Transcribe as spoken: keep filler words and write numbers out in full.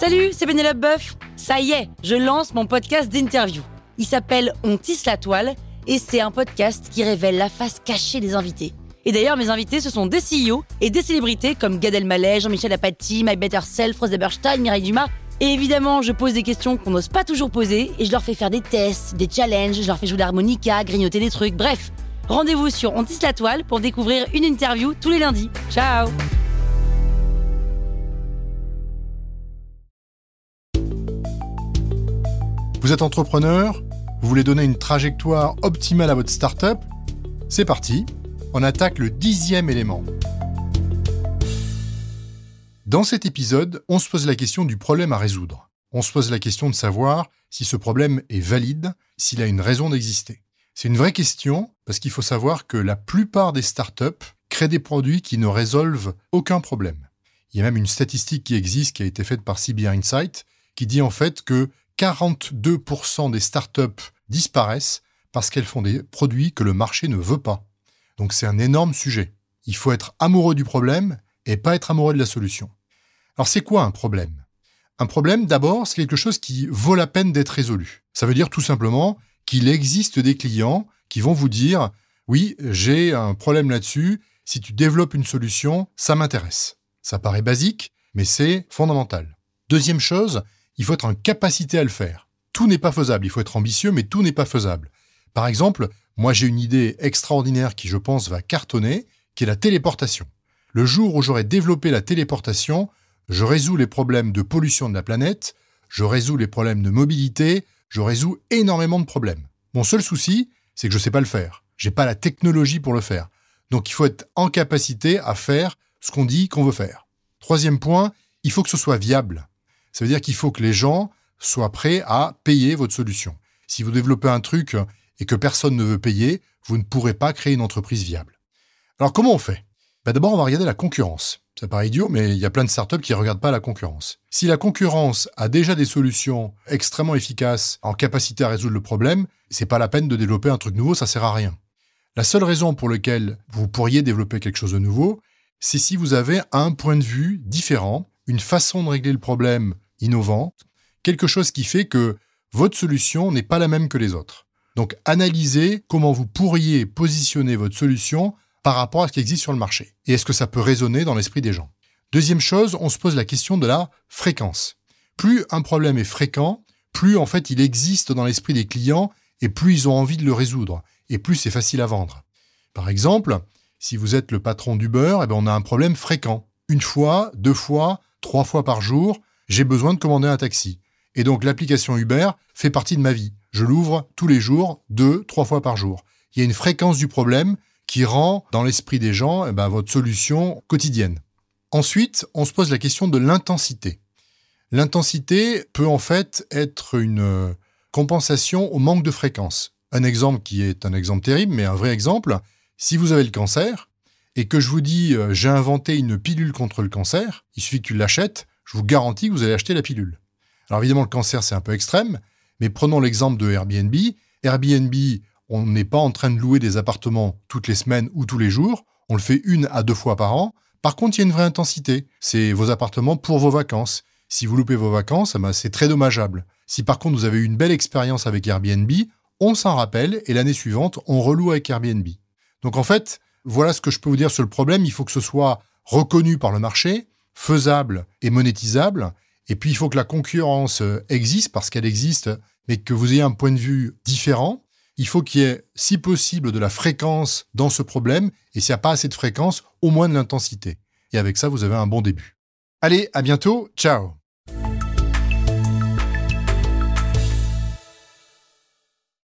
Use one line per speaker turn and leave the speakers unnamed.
Salut, c'est Pénélope Boeuf. Ça y est, je lance mon podcast d'interview. Il s'appelle On tisse la toile et c'est un podcast qui révèle la face cachée des invités. Et d'ailleurs, mes invités, ce sont des C E O et des célébrités comme Gad Elmaleh, Jean-Michel Apathy, My Better Self, Rose Eberstein, Mireille Dumas. Et évidemment, je pose des questions qu'on n'ose pas toujours poser et je leur fais faire des tests, des challenges, je leur fais jouer l'harmonica, grignoter des trucs, bref. Rendez-vous sur On tisse la toile pour découvrir une interview tous les lundis. Ciao!
Vous êtes entrepreneur, vous voulez donner une trajectoire optimale à votre start-up? C'est parti, on attaque le dixième élément. Dans cet épisode, on se pose la question du problème à résoudre. On se pose la question de savoir si ce problème est valide, s'il a une raison d'exister. C'est une vraie question parce qu'il faut savoir que la plupart des startups créent des produits qui ne résolvent aucun problème. Il y a même une statistique qui existe, qui a été faite par C B Insight, qui dit en fait que quarante-deux pour cent des startups disparaissent parce qu'elles font des produits que le marché ne veut pas. Donc c'est un énorme sujet. Il faut être amoureux du problème et pas être amoureux de la solution. Alors c'est quoi un problème ? Un problème, d'abord, c'est quelque chose qui vaut la peine d'être résolu. Ça veut dire tout simplement qu'il existe des clients qui vont vous dire « Oui, j'ai un problème là-dessus, si tu développes une solution, ça m'intéresse ». Ça paraît basique, mais c'est fondamental. Deuxième chose, il faut être en capacité à le faire. Tout n'est pas faisable, il faut être ambitieux, mais tout n'est pas faisable. Par exemple, moi j'ai une idée extraordinaire qui, je pense, va cartonner, qui est la téléportation. Le jour où j'aurai développé la téléportation, je résous les problèmes de pollution de la planète, je résous les problèmes de mobilité, je résous énormément de problèmes. Mon seul souci, c'est que je ne sais pas le faire. J'ai pas la technologie pour le faire. Donc il faut être en capacité à faire ce qu'on dit qu'on veut faire. Troisième point, il faut que ce soit viable. Ça veut dire qu'il faut que les gens soient prêts à payer votre solution. Si vous développez un truc et que personne ne veut payer, vous ne pourrez pas créer une entreprise viable. Alors comment on fait ? Ben d'abord, on va regarder la concurrence. Ça paraît idiot, mais il y a plein de startups qui ne regardent pas la concurrence. Si la concurrence a déjà des solutions extrêmement efficaces en capacité à résoudre le problème, c'est pas la peine de développer un truc nouveau, ça sert à rien. La seule raison pour laquelle vous pourriez développer quelque chose de nouveau, c'est si vous avez un point de vue différent, une façon de régler le problème innovante, quelque chose qui fait que votre solution n'est pas la même que les autres. Donc, analysez comment vous pourriez positionner votre solution par rapport à ce qui existe sur le marché. Et est-ce que ça peut résonner dans l'esprit des gens ? Deuxième chose, on se pose la question de la fréquence. Plus un problème est fréquent, plus en fait il existe dans l'esprit des clients et plus ils ont envie de le résoudre. Et plus c'est facile à vendre. Par exemple, si vous êtes le patron d'Uber, eh ben on a un problème fréquent. Une fois, deux fois, trois fois par jour, j'ai besoin de commander un taxi. Et donc l'application Uber fait partie de ma vie. Je l'ouvre tous les jours, deux, trois fois par jour. Il y a une fréquence du problème qui rend dans l'esprit des gens eh ben, votre solution quotidienne. Ensuite, on se pose la question de l'intensité. L'intensité peut en fait être une compensation au manque de fréquence. Un exemple qui est un exemple terrible, mais un vrai exemple, si vous avez le cancer et que je vous dis euh, j'ai inventé une pilule contre le cancer, il suffit que tu l'achètes, je vous garantis que vous allez acheter la pilule. Alors évidemment, le cancer, c'est un peu extrême, mais prenons l'exemple de Airbnb. Airbnb, on n'est pas en train de louer des appartements toutes les semaines ou tous les jours, on le fait une à deux fois par an. Par contre, il y a une vraie intensité. C'est vos appartements pour vos vacances. Si vous loupez vos vacances, eh ben, c'est très dommageable. Si par contre vous avez eu une belle expérience avec Airbnb, on s'en rappelle et l'année suivante, on reloue avec Airbnb. Donc en fait, voilà ce que je peux vous dire sur le problème. Il faut que ce soit reconnu par le marché, faisable et monétisable. Et puis, il faut que la concurrence existe parce qu'elle existe, mais que vous ayez un point de vue différent. Il faut qu'il y ait, si possible, de la fréquence dans ce problème. Et s'il n'y a pas assez de fréquence, au moins de l'intensité. Et avec ça, vous avez un bon début. Allez, à bientôt. Ciao.